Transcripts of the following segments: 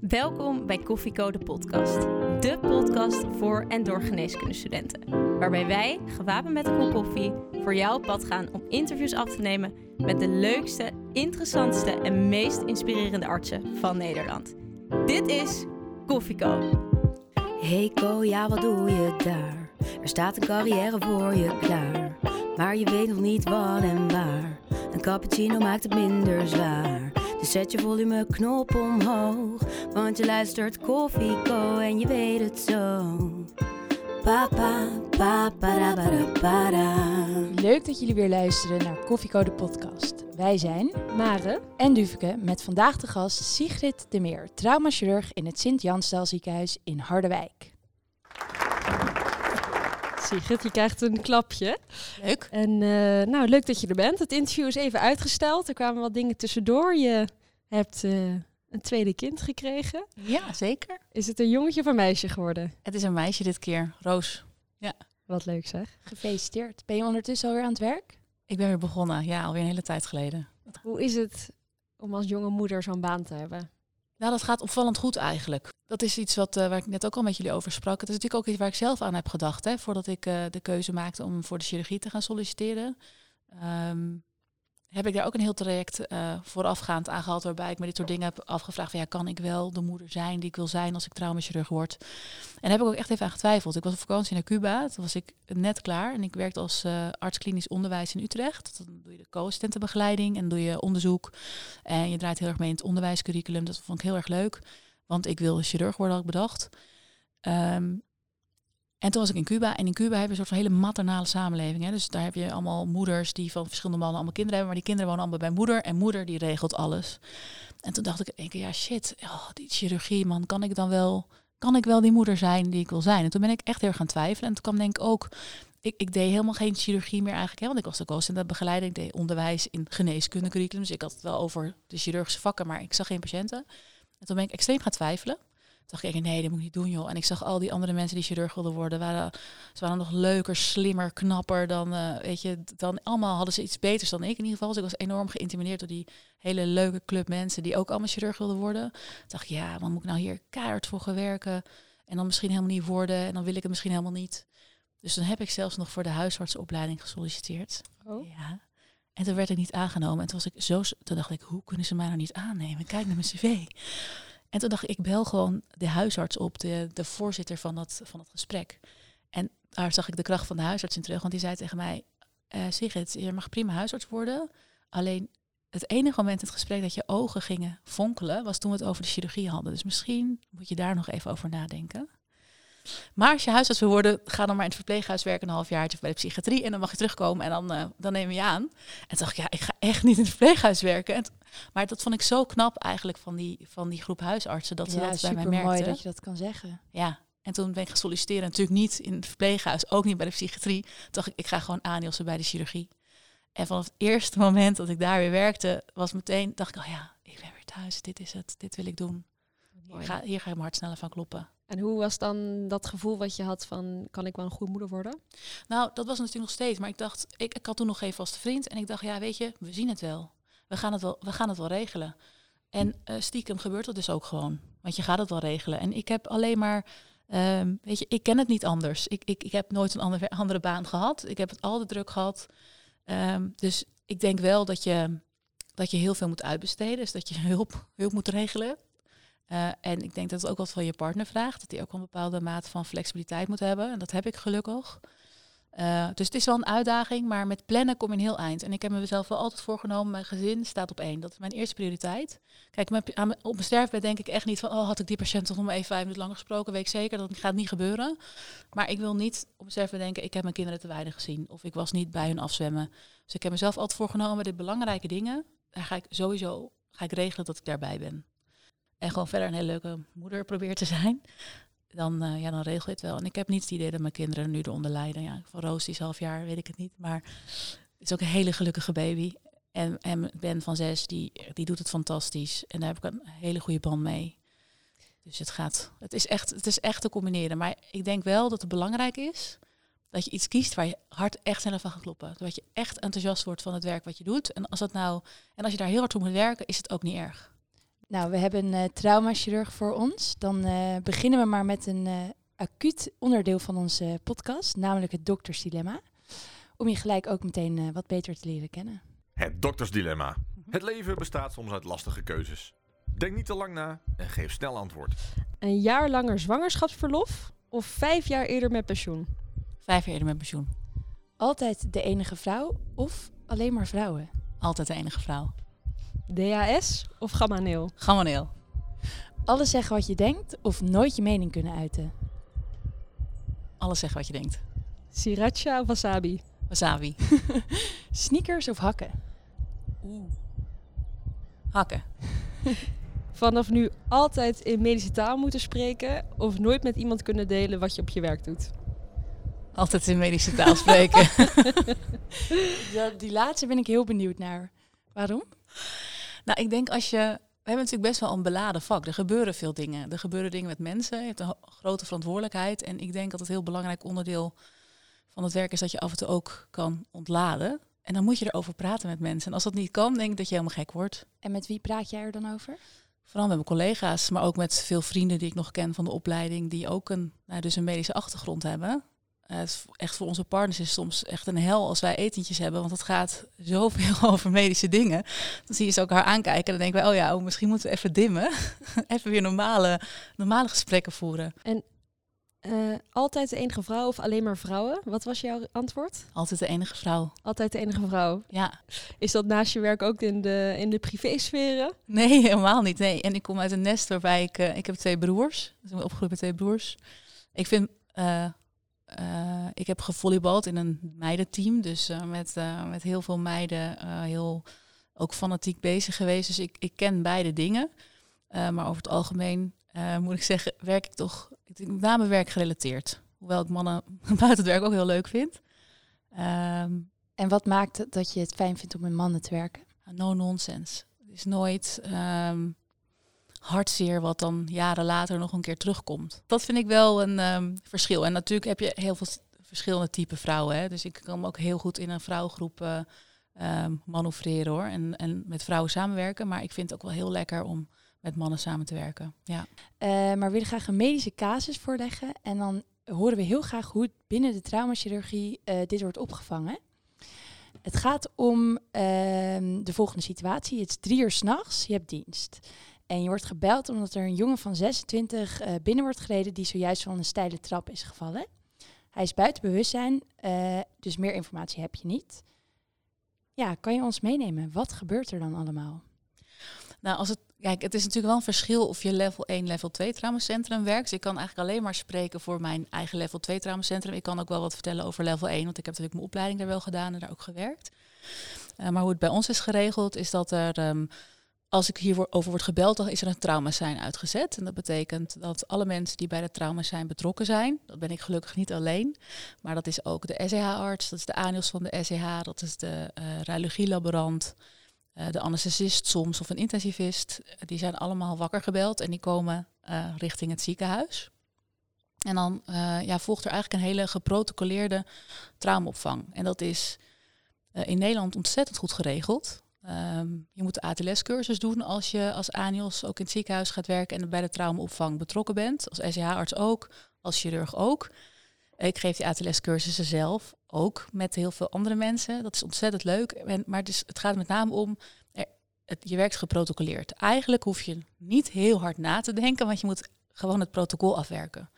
Welkom bij Koffieko de podcast. De podcast voor en door geneeskundestudenten. Waarbij wij, gewapend met een kop koffie, voor jou op pad gaan om interviews af te nemen met de leukste, interessantste en meest inspirerende artsen van Nederland. Dit is Koffieko. Hey Ko, ja wat doe je daar? Er staat een carrière voor je klaar. Maar je weet nog niet wat en waar. Een cappuccino maakt het minder zwaar. Dus zet je volumeknop omhoog. Want je luistert Koffieko en je weet het zo. Papa, papa, da, ba, da, ba, da. Leuk dat jullie weer luisteren naar Koffieko de podcast. Wij zijn Mare en Duveke met vandaag de gast Sigrid de Meer, traumachirurg in het Sint-Jansdal ziekenhuis in Harderwijk. Sigrid, je krijgt een klapje. Leuk. En leuk dat je er bent. Het interview is even uitgesteld. Er kwamen wat dingen tussendoor. Je hebt een tweede kind gekregen. Ja, zeker. Is het een jongetje of een meisje geworden? Het is een meisje dit keer, Roos. Ja. Wat leuk zeg. Gefeliciteerd. Ben je ondertussen alweer aan het werk? Ik ben weer begonnen, ja, alweer een hele tijd geleden. Hoe is het om als jonge moeder zo'n baan te hebben? Nou, dat gaat opvallend goed eigenlijk. Dat is iets waar ik net ook al met jullie over sprak. Het is natuurlijk ook iets waar ik zelf aan heb gedacht, hè, voordat ik de keuze maakte om voor de chirurgie te gaan solliciteren. Heb ik daar ook een heel traject voorafgaand aan gehad, waarbij ik me dit soort dingen heb afgevraagd van, ja, kan ik wel de moeder zijn die ik wil zijn als ik traumachirurg word? En daar heb ik ook echt even aan getwijfeld. Ik was op vakantie naar Cuba, toen was ik net klaar en ik werkte als arts klinisch onderwijs in Utrecht. Dan doe je de co-assistentenbegeleiding en doe je onderzoek en je draait heel erg mee in het onderwijscurriculum. Dat vond ik heel erg leuk, want ik wilde chirurg worden, had ik bedacht. En toen was ik in Cuba. En in Cuba heb je een soort van hele maternale samenleving. Hè? Dus daar heb je allemaal moeders die van verschillende mannen allemaal kinderen hebben. Maar die kinderen wonen allemaal bij moeder. En moeder die regelt alles. En toen dacht ik in één keer, ja shit, die chirurgie man, kan ik wel die moeder zijn die ik wil zijn? En toen ben ik echt heel erg gaan twijfelen. En toen kwam denk ik ook, ik deed helemaal geen chirurgie meer eigenlijk. Hè? Want ik was ook in dat begeleiding. Ik deed onderwijs in geneeskundecurriculum. Dus ik had het wel over de chirurgische vakken, maar ik zag geen patiënten. En toen ben ik extreem gaan twijfelen. Toen dacht ik, nee, dat moet ik niet doen, joh. En ik zag al die andere mensen die chirurg wilden worden. Ze waren nog leuker, slimmer, knapper dan, dan allemaal hadden ze iets beters dan ik in ieder geval. Dus ik was enorm geïntimideerd door die hele leuke club mensen die ook allemaal chirurg wilden worden. Toen dacht ik, ja, wat moet ik nou hier keihard voor gaan werken? En dan misschien helemaal niet worden. En dan wil ik het misschien helemaal niet. Dus toen heb ik zelfs nog voor de huisartsenopleiding gesolliciteerd. Oh. Ja. En toen werd ik niet aangenomen. En toen dacht ik, hoe kunnen ze mij nou niet aannemen? Kijk naar mijn cv. En toen dacht ik bel gewoon de huisarts op, de voorzitter van dat gesprek. En daar zag ik de kracht van de huisarts in terug. Want die zei tegen mij, Sigrid, je mag prima huisarts worden. Alleen het enige moment in het gesprek dat je ogen gingen fonkelen, was toen we het over de chirurgie hadden. Dus misschien moet je daar nog even over nadenken. Maar als je huisarts wil worden, ga dan maar in het verpleeghuis werken een halfjaartje of bij de psychiatrie. En dan mag je terugkomen en dan nemen we je aan. En toen dacht ik, ja, ik ga echt niet in het verpleeghuis werken. Maar dat vond ik zo knap eigenlijk van die groep huisartsen. Dat ze dat bij mij merkten. Mooi dat je dat kan zeggen. Ja, en toen ben ik gaan solliciteren. Natuurlijk niet in het verpleeghuis, ook niet bij de psychiatrie. Toen dacht ik ga gewoon aanjossen bij de chirurgie. En vanaf het eerste moment dat ik daar weer werkte, dacht ik, oh ja, ik ben weer thuis. Dit is het, dit wil ik doen. Hier ga ik mijn hart sneller van kloppen. En hoe was dan dat gevoel wat je had van, kan ik wel een goede moeder worden? Nou, dat was natuurlijk nog steeds. Maar ik dacht, ik had toen nog geen vaste vriend. En ik dacht, ja, weet je, we zien het wel. We gaan het wel regelen. En stiekem gebeurt dat dus ook gewoon. Want je gaat het wel regelen. En ik heb alleen maar, ik ken het niet anders. Ik heb nooit een andere baan gehad. Ik heb het altijd druk gehad. Dus ik denk wel dat je heel veel moet uitbesteden. Dus dat je hulp moet regelen. En ik denk dat het ook wat van je partner vraagt. Dat hij ook wel een bepaalde mate van flexibiliteit moet hebben. En dat heb ik gelukkig. Dus het is wel een uitdaging, maar met plannen kom je een heel eind. En ik heb mezelf wel altijd voorgenomen, mijn gezin staat op 1. Dat is mijn eerste prioriteit. Kijk, op mijn sterfbed denk ik echt niet van, had ik die patiënt toch nog maar even 5 minuten langer gesproken, weet ik zeker, dat gaat niet gebeuren. Maar ik wil niet op mijn sterfbed denken, ik heb mijn kinderen te weinig gezien. Of ik was niet bij hun afzwemmen. Dus ik heb mezelf altijd voorgenomen, dit belangrijke dingen, daar ga ik regelen dat ik daarbij ben. En gewoon verder een hele leuke moeder probeer te zijn. Dan regel je het wel. En ik heb niet het idee dat mijn kinderen nu eronder lijden. Ja, van Roos, die is 11 jaar, weet ik het niet. Maar het is ook een hele gelukkige baby. En Ben van 6, die doet het fantastisch. En daar heb ik een hele goede band mee. Dus het is echt te combineren. Maar ik denk wel dat het belangrijk is dat je iets kiest waar je hart echt sneller van gaat kloppen. Dat je echt enthousiast wordt van het werk wat je doet. En als je daar heel hard voor moet werken, is het ook niet erg. Nou, we hebben een traumachirurg voor ons. Dan beginnen we maar met een acuut onderdeel van onze podcast, namelijk het doktersdilemma. Om je gelijk ook meteen wat beter te leren kennen. Het doktersdilemma. Het leven bestaat soms uit lastige keuzes. Denk niet te lang na en geef snel antwoord. Een jaar langer zwangerschapsverlof of 5 jaar eerder met pensioen? 5 jaar eerder met pensioen. Altijd de enige vrouw of alleen maar vrouwen? Altijd de enige vrouw. DHS of gamma-neel? Gamma-neel. Alles zeggen wat je denkt of nooit je mening kunnen uiten? Alles zeggen wat je denkt. Sriracha of wasabi? Wasabi. Sneakers of hakken? Hakken. Vanaf nu altijd in medische taal moeten spreken of nooit met iemand kunnen delen wat je op je werk doet? Altijd in medische taal spreken. Die laatste ben ik heel benieuwd naar. Waarom? Nou, ik denk we hebben natuurlijk best wel een beladen vak. Er gebeuren veel dingen. Er gebeuren dingen met mensen. Je hebt een grote verantwoordelijkheid. En ik denk dat het een heel belangrijk onderdeel van het werk is dat je af en toe ook kan ontladen. En dan moet je erover praten met mensen. En als dat niet kan, denk ik dat je helemaal gek wordt. En met wie praat jij er dan over? Vooral met mijn collega's, maar ook met veel vrienden die ik nog ken van de opleiding, die ook een medische achtergrond hebben. Het is echt voor onze partners is soms echt een hel als wij etentjes hebben, want het gaat zoveel over medische dingen. Dan zie je ze elkaar aankijken en dan denken wij, oh ja, misschien moeten we even dimmen. Even weer normale gesprekken voeren. En altijd de enige vrouw of alleen maar vrouwen? Wat was jouw antwoord? Altijd de enige vrouw. Altijd de enige vrouw. Ja. Is dat naast je werk ook in de privésferen? Nee, helemaal niet. Nee. En ik kom uit een nest waarbij ik heb 2 broers. Dus ik ben opgegroeid met 2 broers. Ik heb gevolleybald in een meidenteam. Dus met heel veel meiden heel ook fanatiek bezig geweest. Dus ik ken beide dingen. Maar over het algemeen moet ik zeggen, werk ik toch met name werkgerelateerd. Hoewel ik mannen buiten het werk ook heel leuk vind. En wat maakt het dat je het fijn vindt om met mannen te werken? No nonsense. Het is nooit hartzeer wat dan jaren later nog een keer terugkomt. Dat vind ik wel een verschil. En natuurlijk heb je heel veel verschillende type vrouwen. Hè? Dus ik kan me ook heel goed in een vrouwengroep manoeuvreren hoor. En met vrouwen samenwerken. Maar ik vind het ook wel heel lekker om met mannen samen te werken. Ja. Maar we willen graag een medische casus voorleggen. En dan horen we heel graag hoe binnen de traumachirurgie dit wordt opgevangen. Het gaat om de volgende situatie. Het is 3 uur 's nachts, je hebt dienst. En je wordt gebeld omdat er een jongen van 26 binnen wordt gereden die zojuist van een steile trap is gevallen. Hij is buiten bewustzijn, dus meer informatie heb je niet. Ja, kan je ons meenemen? Wat gebeurt er dan allemaal? Nou, het is natuurlijk wel een verschil of je level 1, level 2 traumacentrum werkt. Dus ik kan eigenlijk alleen maar spreken voor mijn eigen level 2 traumacentrum. Ik kan ook wel wat vertellen over level 1, want ik heb natuurlijk mijn opleiding daar wel gedaan en daar ook gewerkt. Maar hoe het bij ons is geregeld, is dat er, als ik hierover word gebeld, dan is er een traumasein uitgezet. En dat betekent dat alle mensen die bij het traumasein betrokken zijn, dat ben ik gelukkig niet alleen, maar dat is ook de SEH-arts, dat is de ANIOS van de SEH, dat is de radiologielaborant, de anesthesist soms of een intensivist. Die zijn allemaal wakker gebeld en die komen richting het ziekenhuis. En dan volgt er eigenlijk een hele geprotocoleerde traumaopvang. En dat is in Nederland ontzettend goed geregeld. Je moet de ATLS-cursus doen als je als ANIOS ook in het ziekenhuis gaat werken en bij de traumaopvang betrokken bent. Als SEH-arts ook, als chirurg ook. Ik geef die ATLS-cursussen zelf ook met heel veel andere mensen. Dat is ontzettend leuk. Maar het gaat met name om, je werkt geprotocoleerd. Eigenlijk hoef je niet heel hard na te denken, want je moet gewoon het protocol afwerken.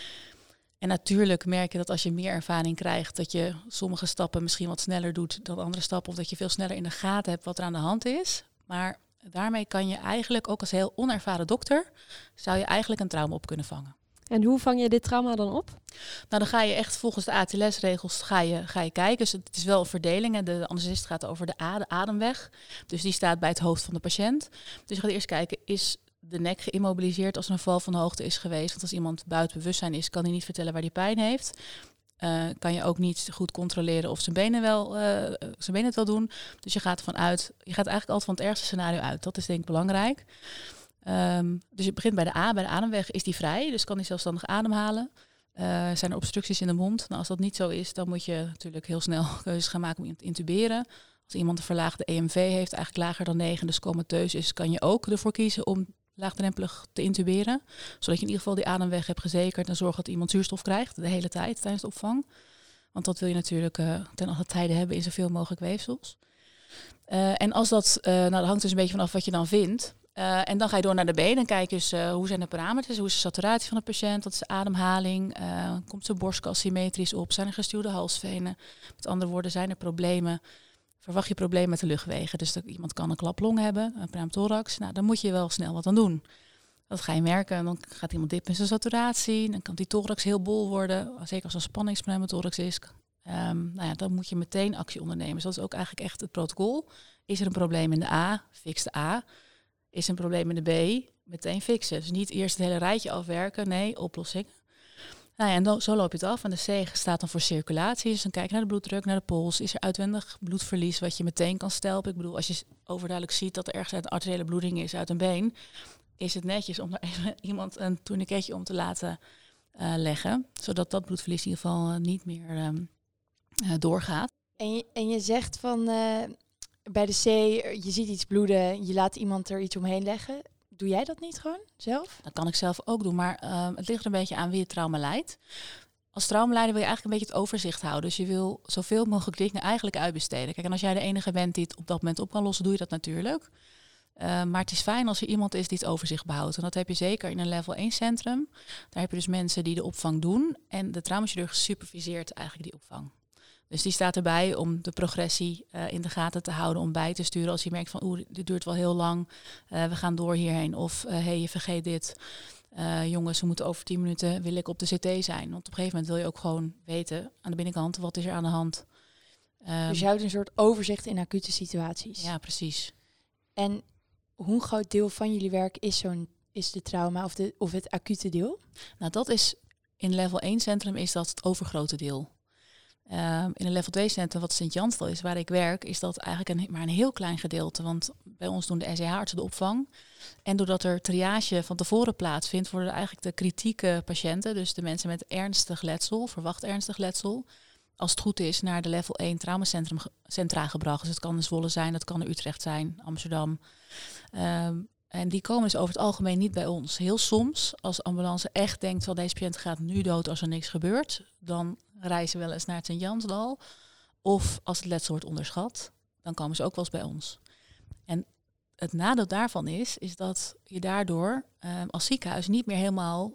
En natuurlijk merk je dat als je meer ervaring krijgt, dat je sommige stappen misschien wat sneller doet dan andere stappen. Of dat je veel sneller in de gaten hebt wat er aan de hand is. Maar daarmee kan je eigenlijk, ook als heel onervaren dokter, zou je eigenlijk een trauma op kunnen vangen. En hoe vang je dit trauma dan op? Nou, dan ga je echt volgens de ATLS-regels ga je kijken. Dus het is wel een verdeling. En de anesthesist gaat over de ademweg. Dus die staat bij het hoofd van de patiënt. Dus je gaat eerst kijken, is de nek geïmmobiliseerd als er een val van hoogte is geweest? Want als iemand buiten bewustzijn is, kan hij niet vertellen waar hij pijn heeft. Kan je ook niet goed controleren of zijn benen het wel doen. Dus je gaat eigenlijk altijd van het ergste scenario uit. Dat is denk ik belangrijk. Dus je begint bij de ademweg is die vrij, dus kan hij zelfstandig ademhalen. Zijn er obstructies in de mond? Nou, als dat niet zo is, dan moet je natuurlijk heel snel keuzes gaan maken om te intuberen. Als iemand een verlaagde EMV heeft, eigenlijk lager dan 9, dus comateus is, kan je ook ervoor kiezen om laagdrempelig te intuberen. Zodat je in ieder geval die ademweg hebt gezekerd en zorgt dat iemand zuurstof krijgt de hele tijd tijdens de opvang. Want dat wil je natuurlijk ten alle tijde hebben in zoveel mogelijk weefsels. En als dat, dat hangt dus een beetje vanaf wat je dan vindt. En dan ga je door naar de B. Dan kijk je dus hoe zijn de parameters, hoe is de saturatie van de patiënt, wat is de ademhaling, komt zijn borstkas symmetrisch op, zijn er gestuwde halsvenen. Met andere woorden, zijn er problemen. Verwacht je problemen met de luchtwegen. Dus iemand kan een klaplong hebben, een pneumothorax. Nou, dan moet je wel snel wat aan doen. Dat ga je merken. Dan gaat iemand dip in zijn saturatie. Dan kan die thorax heel bol worden. Zeker als een spanningspneumothorax is. Dan moet je meteen actie ondernemen. Dus dat is ook eigenlijk echt het protocol. Is er een probleem in de A? Fix de A. Is er een probleem in de B? Meteen fixen. Dus niet eerst het hele rijtje afwerken. Nee, oplossing. Nou ja, en zo loop je het af. En de C staat dan voor circulatie. Dus dan kijk je naar de bloeddruk, naar de pols. Is er uitwendig bloedverlies wat je meteen kan stelpen? Ik bedoel, als je overduidelijk ziet dat er ergens een arteriële bloeding is uit een been, is het netjes om er even iemand een tourniquetje om te laten leggen. Zodat dat bloedverlies in ieder geval niet meer doorgaat. En je zegt van bij de C, je ziet iets bloeden, je laat iemand er iets omheen leggen. Doe jij dat niet gewoon zelf? Dat kan ik zelf ook doen, maar het ligt er een beetje aan wie het trauma leidt. Als traumaleider wil je eigenlijk een beetje het overzicht houden. Dus je wil zoveel mogelijk dingen eigenlijk uitbesteden. Kijk, en als jij de enige bent die het op dat moment op kan lossen, doe je dat natuurlijk. Maar het is fijn als er iemand is die het overzicht behoudt. En dat heb je zeker in een level 1 centrum. Daar heb je dus mensen die de opvang doen. En de traumachirurg superviseert eigenlijk die opvang. Dus die staat erbij om de progressie in de gaten te houden, om bij te sturen als je merkt van dit duurt wel heel lang, we gaan door hierheen. Of je vergeet dit. Jongens, we moeten over 10 minuten, wil ik op de CT zijn. Want op een gegeven moment wil je ook gewoon weten aan de binnenkant, wat is er aan de hand. Dus je houdt een soort overzicht in acute situaties. Ja, precies. En hoe groot deel van jullie werk is de trauma of het acute deel? Nou, dat is in level 1 centrum is dat het overgrote deel. In een level 2 centrum, wat Sint-Jansdal is, waar ik werk, is dat eigenlijk maar een heel klein gedeelte. Want bij ons doen de SEH-artsen de opvang. En doordat er triage van tevoren plaatsvindt, worden eigenlijk de kritieke patiënten, dus de mensen met ernstig letsel, verwacht ernstig letsel, als het goed is, naar de level 1 traumacentra gebracht. Dus het kan in Zwolle zijn, dat kan in Utrecht zijn, Amsterdam. En die komen dus over het algemeen niet bij ons. Heel soms, als de ambulance echt denkt van deze patiënt gaat nu dood als er niks gebeurt, dan reizen we wel eens naar het Sint-Jansdal. Of als het letsel wordt onderschat, dan komen ze ook wel eens bij ons. En het nadeel daarvan is dat je daardoor als ziekenhuis niet meer helemaal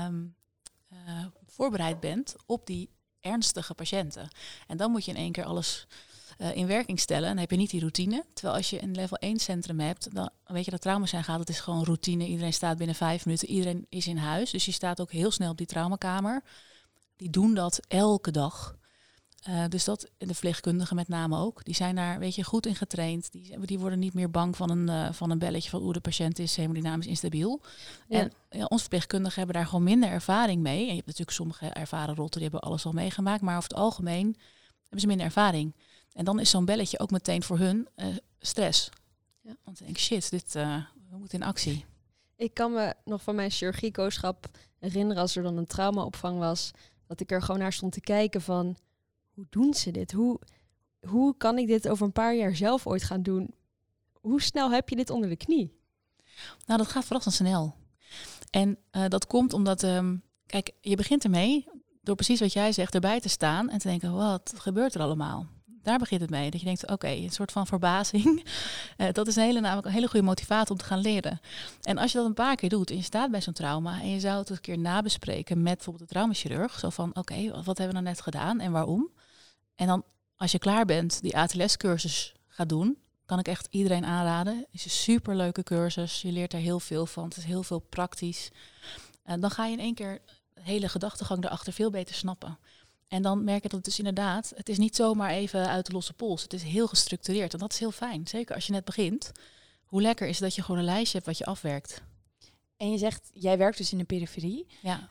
voorbereid bent op die ernstige patiënten. En dan moet je in één keer alles in werking stellen. En dan heb je niet die routine. Terwijl als je een level 1 centrum hebt, dan weet je dat trauma's zijn gaat. Het is gewoon routine. Iedereen staat binnen 5 minuten. Iedereen is in huis. Dus je staat ook heel snel op die traumakamer. Die doen dat elke dag. Dus dat, de verpleegkundigen met name ook. Die zijn daar goed in getraind. Die worden niet meer bang van een belletje van de patiënt is hemodynamisch instabiel. Ja. En onze verpleegkundigen hebben daar gewoon minder ervaring mee. En je hebt natuurlijk sommige ervaren rotten, die hebben alles al meegemaakt. Maar over het algemeen hebben ze minder ervaring. En dan is zo'n belletje ook meteen voor hun stress. Ja. Want dan denk ik, shit, we moeten in actie. Ik kan me nog van mijn chirurgiecoachschap herinneren als er dan een traumaopvang was, dat ik er gewoon naar stond te kijken van, hoe doen ze dit? Hoe kan ik dit over een paar jaar zelf ooit gaan doen? Hoe snel heb je dit onder de knie? Nou, dat gaat verrassend snel. En dat komt omdat, kijk, je begint ermee door precies wat jij zegt erbij te staan en te denken, wat gebeurt er allemaal? Daar begint het mee. Dat je denkt, oké, een soort van verbazing. Dat is namelijk een hele goede motivator om te gaan leren. En als je dat een paar keer doet en je staat bij zo'n trauma en je zou het een keer nabespreken met bijvoorbeeld de traumachirurg. Zo van, oké, wat hebben we nou net gedaan en waarom? En dan, als je klaar bent, die ATLS-cursus gaat doen, kan ik echt iedereen aanraden. Het is een superleuke cursus. Je leert er heel veel van. Het is heel veel praktisch. En dan ga je in één keer de hele gedachtegang erachter veel beter snappen. En dan merk je dat het dus inderdaad, het is niet zomaar even uit de losse pols. Het is heel gestructureerd en dat is heel fijn. Zeker als je net begint. Hoe lekker is het dat je gewoon een lijstje hebt wat je afwerkt. En je zegt, jij werkt dus in de periferie. Ja.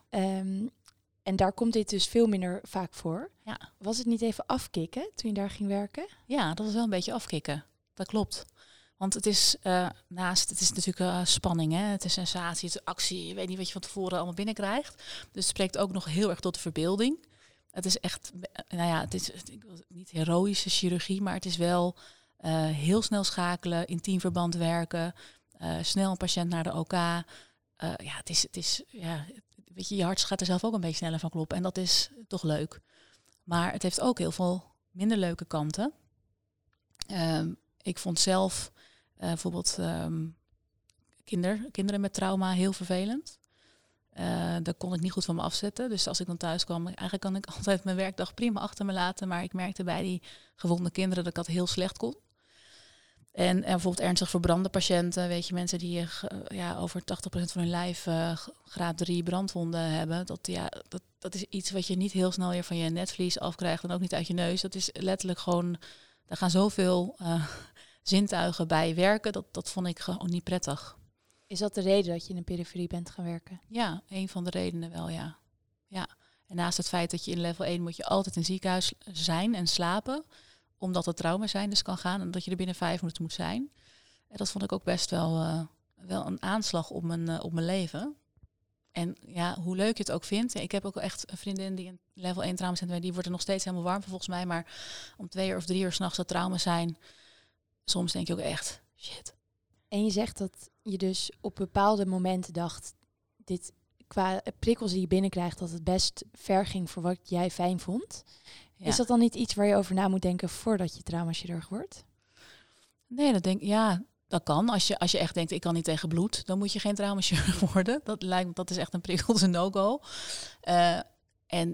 En daar komt dit dus veel minder vaak voor. Ja. Was het niet even afkicken toen je daar ging werken? Ja, dat was wel een beetje afkicken. Dat klopt. Want het is het is natuurlijk spanning, hè? Het is sensatie, het is actie. Je weet niet wat je van tevoren allemaal binnenkrijgt. Dus het spreekt ook nog heel erg tot de verbeelding. Het is echt, het is niet heroïsche chirurgie, maar het is wel Heel snel schakelen, in teamverband werken. Snel een patiënt naar de OK. Weet je hart gaat er zelf ook een beetje sneller van kloppen. En dat is toch leuk. Maar het heeft ook heel veel minder leuke kanten. Ik vond zelf bijvoorbeeld kinderen met trauma heel vervelend. Daar kon ik niet goed van me afzetten. Dus als ik dan thuis kwam, eigenlijk kan ik altijd mijn werkdag prima achter me laten. Maar ik merkte bij die gewonde kinderen dat ik dat heel slecht kon. En bijvoorbeeld ernstig verbrande patiënten, weet je, mensen die over 80% van hun lijf graad 3 brandwonden hebben. Dat is iets wat je niet heel snel weer van je netvlies afkrijgt en ook niet uit je neus. Dat is letterlijk gewoon, daar gaan zoveel zintuigen bij werken. Dat vond ik gewoon niet prettig. Is dat de reden dat je in een periferie bent gaan werken? Ja, een van de redenen wel, ja. En naast het feit dat je in level 1 moet je altijd in het ziekenhuis zijn en slapen, omdat het trauma zijn dus kan gaan en dat je er binnen 5 minuten moet zijn. En dat vond ik ook best wel een aanslag op mijn leven. En ja, hoe leuk je het ook vindt. Ik heb ook echt een vriendin die in level 1 traumacentrum, die wordt er nog steeds helemaal warm van volgens mij. Maar om 2 uur of 3 uur 's nachts dat trauma zijn, soms denk je ook echt, shit. En je zegt dat je dus op bepaalde momenten dacht, dit qua prikkels die je binnenkrijgt, dat het best ver ging voor wat jij fijn vond. Ja. Is dat dan niet iets waar je over na moet denken voordat je traumachirurg wordt? Nee, dat kan. Als je echt denkt, ik kan niet tegen bloed, dan moet je geen traumachirurg worden. Dat is echt een prikkel, dat is een no-go. En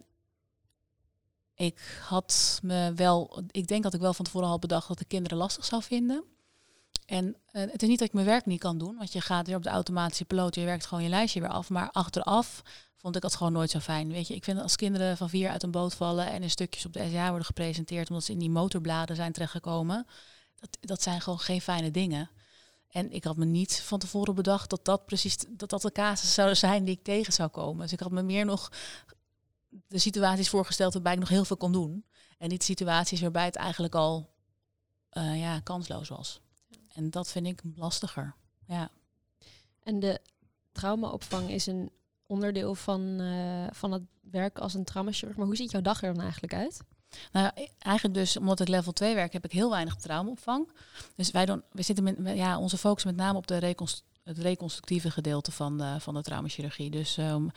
ik denk dat ik wel van tevoren al bedacht dat ik kinderen lastig zou vinden. En het is niet dat ik mijn werk niet kan doen, want je gaat weer op de automatische piloot, je werkt gewoon je lijstje weer af. Maar achteraf vond ik dat gewoon nooit zo fijn. Weet je, ik vind als kinderen van 4 uit een boot vallen en in stukjes op de SCH worden gepresenteerd omdat ze in die motorbladen zijn terechtgekomen, dat zijn gewoon geen fijne dingen. En ik had me niet van tevoren bedacht dat de casus zou zijn die ik tegen zou komen. Dus ik had me meer nog de situaties voorgesteld waarbij ik nog heel veel kon doen. En niet situaties waarbij het eigenlijk al kansloos was. En dat vind ik lastiger. Ja. En de traumaopvang is een onderdeel van het werk als een traumachirurg. Maar hoe ziet jouw dag er dan eigenlijk uit? Nou, eigenlijk dus, omdat ik level 2 werk, heb ik heel weinig traumaopvang. Dus onze focus met name op het reconstructieve gedeelte van de traumachirurgie. Dus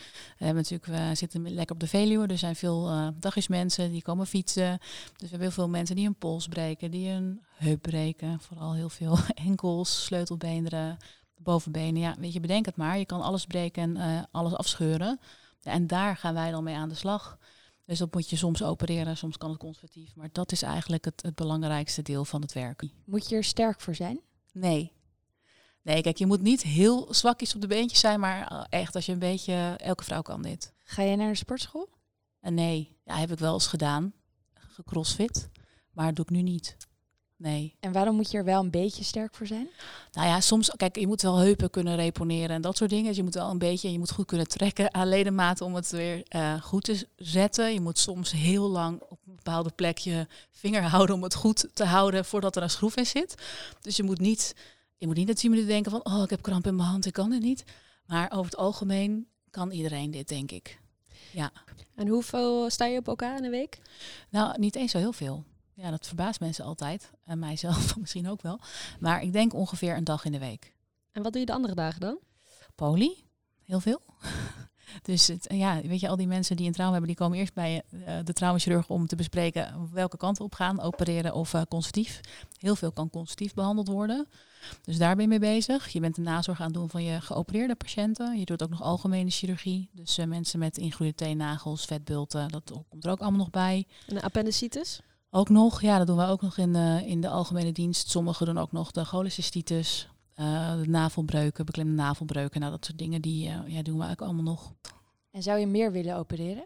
we zitten lekker op de Veluwe. Er zijn veel dagjesmensen die komen fietsen. Dus we hebben heel veel mensen die hun pols breken, die hun heup breken. Vooral heel veel enkels, sleutelbeenderen, bovenbenen. Ja, weet je, bedenk het maar. Je kan alles breken en alles afscheuren. Ja, en daar gaan wij dan mee aan de slag. Dus dat moet je soms opereren, soms kan het conservatief. Maar dat is eigenlijk het belangrijkste deel van het werk. Moet je er sterk voor zijn? Nee, kijk, je moet niet heel zwakjes op de beentjes zijn, maar echt als je een beetje, elke vrouw kan dit. Ga je naar een sportschool? Nee, heb ik wel eens gedaan, gecrossfit, maar dat doe ik nu niet. Nee. En waarom moet je er wel een beetje sterk voor zijn? Nou ja, soms, kijk, je moet wel heupen kunnen reponeren en dat soort dingen. Dus je moet wel een beetje, je moet goed kunnen trekken aan ledematen om het weer goed te zetten. Je moet soms heel lang op een bepaalde plek je vinger houden om het goed te houden voordat er een schroef in zit. Dus je moet niet na 10 minuten denken van, oh, ik heb kramp in mijn hand, ik kan het niet. Maar over het algemeen kan iedereen dit, denk ik. Ja. En hoeveel sta je op elkaar in een week? Nou, niet eens zo heel veel. Ja, dat verbaast mensen altijd. En mijzelf misschien ook wel. Maar ik denk ongeveer een dag in de week. En wat doe je de andere dagen dan? Poli. Heel veel. Dus weet je, al die mensen die een trauma hebben, die komen eerst bij de traumachirurg om te bespreken welke kant we op gaan, opereren of conservatief. Heel veel kan conservatief behandeld worden. Dus daar ben je mee bezig. Je bent de nazorg aan het doen van je geopereerde patiënten. Je doet ook nog algemene chirurgie. Dus mensen met ingroeide teennagels, vetbulten, dat komt er ook allemaal nog bij. En de appendicitis? Ook nog, ja, dat doen we ook nog in de algemene dienst. Sommigen doen ook nog de cholecystitis, de navelbreuken, beklemde navelbreuken. Nou, dat soort dingen, die doen we eigenlijk allemaal nog. En zou je meer willen opereren?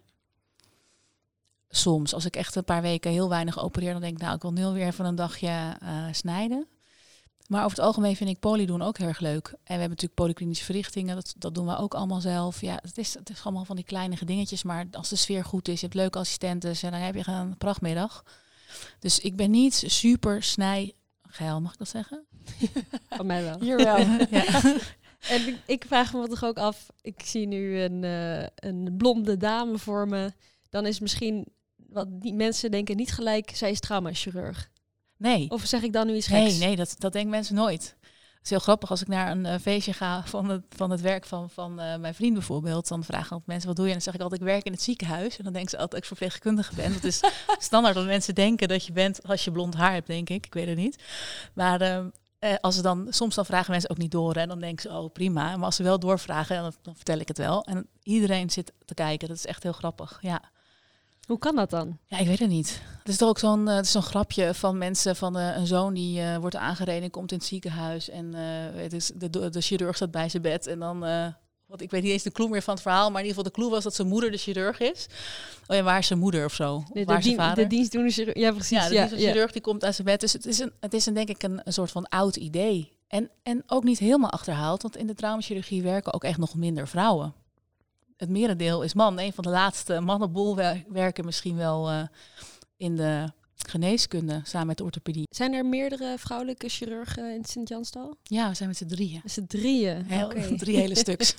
Soms, als ik echt een paar weken heel weinig opereer, dan denk ik, nou, ik wil nu weer even een dagje snijden. Maar over het algemeen vind ik poli doen ook heel erg leuk. En we hebben natuurlijk polyklinische verrichtingen, dat doen we ook allemaal zelf. Ja, het is allemaal van die kleinere dingetjes, maar als de sfeer goed is, je hebt leuke assistenten en dan heb je een prachtmiddag. Dus ik ben niet super snijgeil, mag ik dat zeggen? Van mij wel. Hier wel. Ja. En ik vraag me toch ook af, ik zie nu een blonde dame voor me. Dan is misschien, wat die mensen denken niet gelijk, zij is traumachirurg. Nee. Of zeg ik dan nu iets geks? Nee, dat denken mensen nooit. Het is heel grappig als ik naar een feestje ga van het werk van mijn vriend bijvoorbeeld. Dan vragen altijd mensen, wat doe je? En dan zeg ik altijd, ik werk in het ziekenhuis. En dan denken ze altijd dat ik verpleegkundige ben. Dat is standaard dat mensen denken dat je bent als je blond haar hebt, denk ik. Ik weet het niet. Maar als ze dan, soms dan vragen mensen ook niet door. En dan denken ze, oh prima. Maar als ze wel doorvragen, dan vertel ik het wel. En iedereen zit te kijken. Dat is echt heel grappig, ja. Hoe kan dat dan? Ja, ik weet het niet. Het is toch ook zo'n grapje van mensen van een zoon die wordt aangereden, komt in het ziekenhuis en het is de chirurg staat bij zijn bed en dan, want ik weet niet eens de clue meer van het verhaal, maar in ieder geval de clue was dat zijn moeder de chirurg is. Oh ja, waar is zijn moeder of zo? Waar is zijn vader? De dienstdoende chirurg. Ja, precies. Ja, de dienstdoende chirurg die komt aan zijn bed. Dus het is denk ik een soort van oud idee. En ook niet helemaal achterhaald, want in de traumachirurgie werken ook echt nog minder vrouwen. Het merendeel is man. Een van de laatste mannenboel werken misschien wel in de geneeskunde samen met de orthopedie. Zijn er meerdere vrouwelijke chirurgen in Sint-Janstal? Ja, we zijn met z'n drieën. Met z'n drieën? Oké. 3 hele stuks.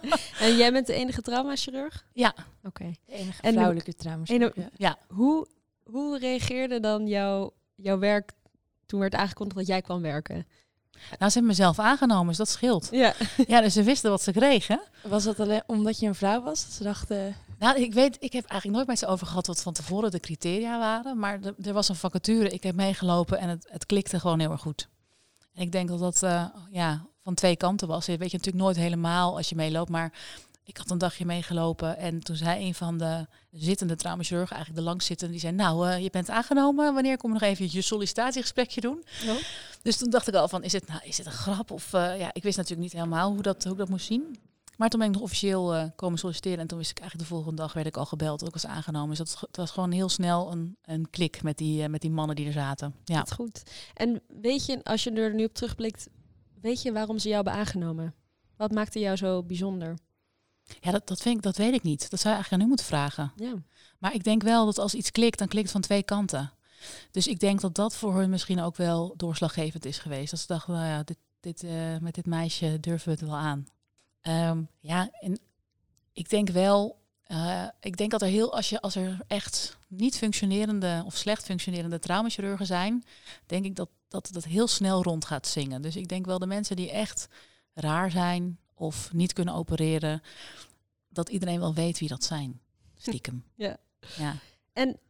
En jij bent de enige traumachirurg? Ja. Oké. De enige En vrouwelijke traumachirurg. Ja. Hoe reageerde dan jouw werk toen werd aangekondigd dat jij kwam werken? Nou, ze hebben mezelf aangenomen, dus dat scheelt. Ja. Ja, dus ze wisten wat ze kregen. Was dat alleen omdat je een vrouw was? Dat ze dachten... Nou, ik heb eigenlijk nooit met ze over gehad wat van tevoren de criteria waren. Maar er was een vacature, ik heb meegelopen en het klikte gewoon heel erg goed. En ik denk dat van 2 kanten was. Dat weet je natuurlijk nooit helemaal als je meeloopt, maar ik had een dagje meegelopen en toen zei een van de zittende traumachirurgen, eigenlijk de langzittende, die zei, nou, je bent aangenomen, wanneer kom je nog even je sollicitatiegesprekje doen? Oh. Dus toen dacht ik al van, is dit een grap? Of ik wist natuurlijk niet helemaal hoe dat moest zien. Maar toen ben ik nog officieel komen solliciteren en toen wist ik eigenlijk de volgende dag werd ik al gebeld dat ik was aangenomen. Dus dat was gewoon heel snel een klik met die mannen die er zaten. Ja. Dat is goed. En weet je, als je er nu op terugblikt, weet je waarom ze jou hebben aangenomen? Wat maakte jou zo bijzonder? Ja, dat weet ik niet. Dat zou je eigenlijk aan u moeten vragen. Ja. Maar ik denk wel dat als iets klikt, dan klikt het van 2 kanten. Dus ik denk dat voor hun misschien ook wel doorslaggevend is geweest. Dat ze dachten, nou ja, met dit meisje durven we het wel aan. En ik denk wel, dat er als er echt niet functionerende of slecht functionerende traumachirurgen zijn, denk ik dat het heel snel rond gaat zingen. Dus ik denk wel de mensen die echt raar zijn of niet kunnen opereren, dat iedereen wel weet wie dat zijn. Stiekem. Ja. En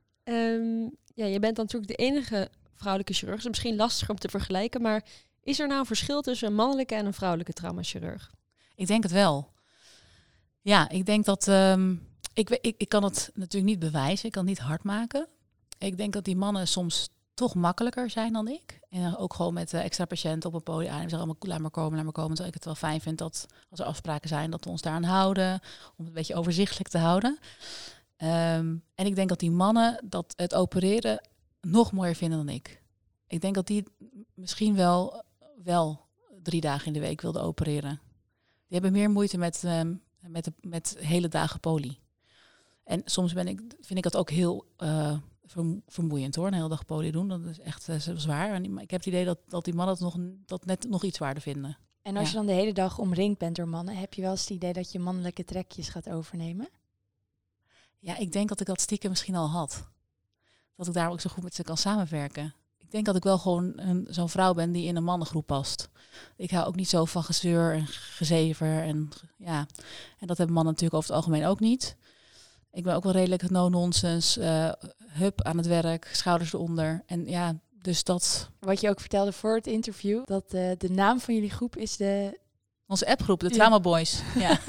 je bent dan natuurlijk de enige vrouwelijke chirurg. Het is misschien lastiger om te vergelijken, maar is er nou een verschil tussen een mannelijke en een vrouwelijke traumachirurg? Ik denk het wel. Ja, ik denk dat... Ik kan het natuurlijk niet bewijzen. Ik kan het niet hard maken. Ik denk dat die mannen soms toch makkelijker zijn dan ik. En ook gewoon met extra patiënten op een podium. En zeggen allemaal, laat maar komen. Terwijl ik het wel fijn vind dat als er afspraken zijn, dat we ons daaraan houden. Om het een beetje overzichtelijk te houden. En ik denk dat die mannen dat het opereren nog mooier vinden dan ik. Ik denk dat die misschien wel 3 dagen in de week wilden opereren. Die hebben meer moeite met hele dagen poli. En soms vind ik dat ook heel vermoeiend hoor, een hele dag poli doen. Dat is echt zwaar. Maar ik heb het idee dat die mannen dat net nog iets zwaarder vinden. En als je dan de hele dag omringd bent door mannen, heb je wel eens het idee dat je mannelijke trekjes gaat overnemen? Ja, ik denk dat ik dat stiekem misschien al had. Dat ik daar ook zo goed met ze kan samenwerken. Ik denk dat ik wel gewoon zo'n vrouw ben die in een mannengroep past. Ik hou ook niet zo van gezeur en gezever. En dat hebben mannen natuurlijk over het algemeen ook niet. Ik ben ook wel redelijk no-nonsense. Hup aan het werk, schouders eronder. En ja, dus dat... Wat je ook vertelde voor het interview, dat de naam van jullie groep is onze appgroep, de Trauma Boys. Ja.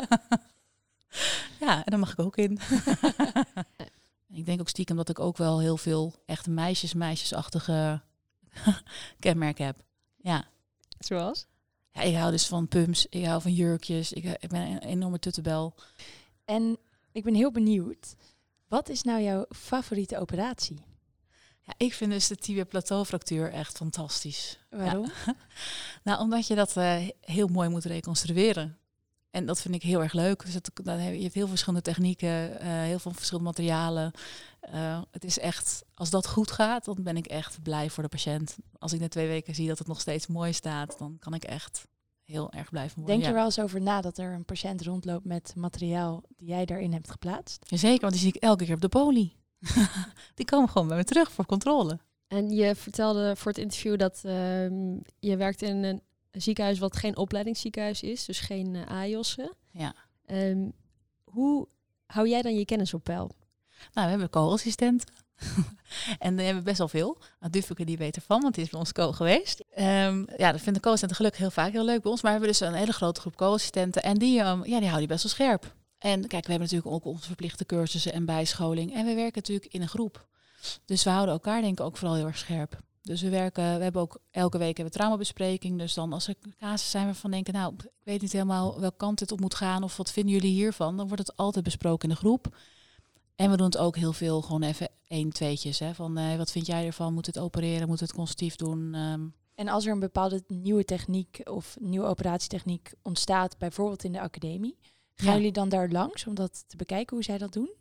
Ja, en daar mag ik ook in. Ik denk ook stiekem dat ik ook wel heel veel echt meisjesachtige kenmerken heb. Ja. Zoals? Ja, ik hou dus van pumps, ik hou van jurkjes, ik ben een enorme tuttebel. En ik ben heel benieuwd, wat is nou jouw favoriete operatie? Ja, ik vind dus de tibia-plateaufractuur echt fantastisch. Waarom? Ja. Nou, omdat je dat heel mooi moet reconstrueren. En dat vind ik heel erg leuk. Dus je hebt heel verschillende technieken, heel veel verschillende materialen. Het is echt, als dat goed gaat, dan ben ik echt blij voor de patiënt. Als ik na 2 weken zie dat het nog steeds mooi staat, dan kan ik echt heel erg blij van worden. Denk je er wel eens over na dat er een patiënt rondloopt met materiaal die jij daarin hebt geplaatst? Jazeker, want die zie ik elke keer op de poli. Die komen gewoon bij me terug voor controle. En je vertelde voor het interview dat je werkt in een ziekenhuis wat geen opleidingsziekenhuis is, dus geen AIOS'en. Ja. Hoe hou jij dan je kennis op peil? Nou, we hebben co-assistenten. En we hebben best wel veel. Dufke die weet ervan, want die is bij ons co geweest. Dat vinden co-assistenten gelukkig heel vaak heel leuk bij ons. Maar we hebben dus een hele grote groep co-assistenten. En die houden die best wel scherp. En kijk, we hebben natuurlijk ook onze verplichte cursussen en bijscholing. En we werken natuurlijk in een groep. Dus we houden elkaar denk ik ook vooral heel erg scherp. Dus we hebben ook elke week een traumabespreking. Dus dan als er casus zijn waarvan denken, nou, ik weet niet helemaal welke kant dit op moet gaan. Of wat vinden jullie hiervan? Dan wordt het altijd besproken in de groep. En we doen het ook heel veel gewoon even 1-2'tjes. Van wat vind jij ervan? Moet het opereren? Moet het consultief doen? En als er een bepaalde nieuwe techniek of nieuwe operatietechniek ontstaat, bijvoorbeeld in de academie, gaan jullie dan daar langs om dat te bekijken hoe zij dat doen?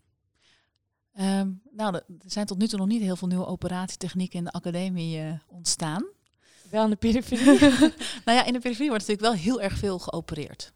Er zijn tot nu toe nog niet heel veel nieuwe operatietechnieken in de academie ontstaan. Wel in de periferie? Nou ja, in de periferie wordt natuurlijk wel heel erg veel geopereerd.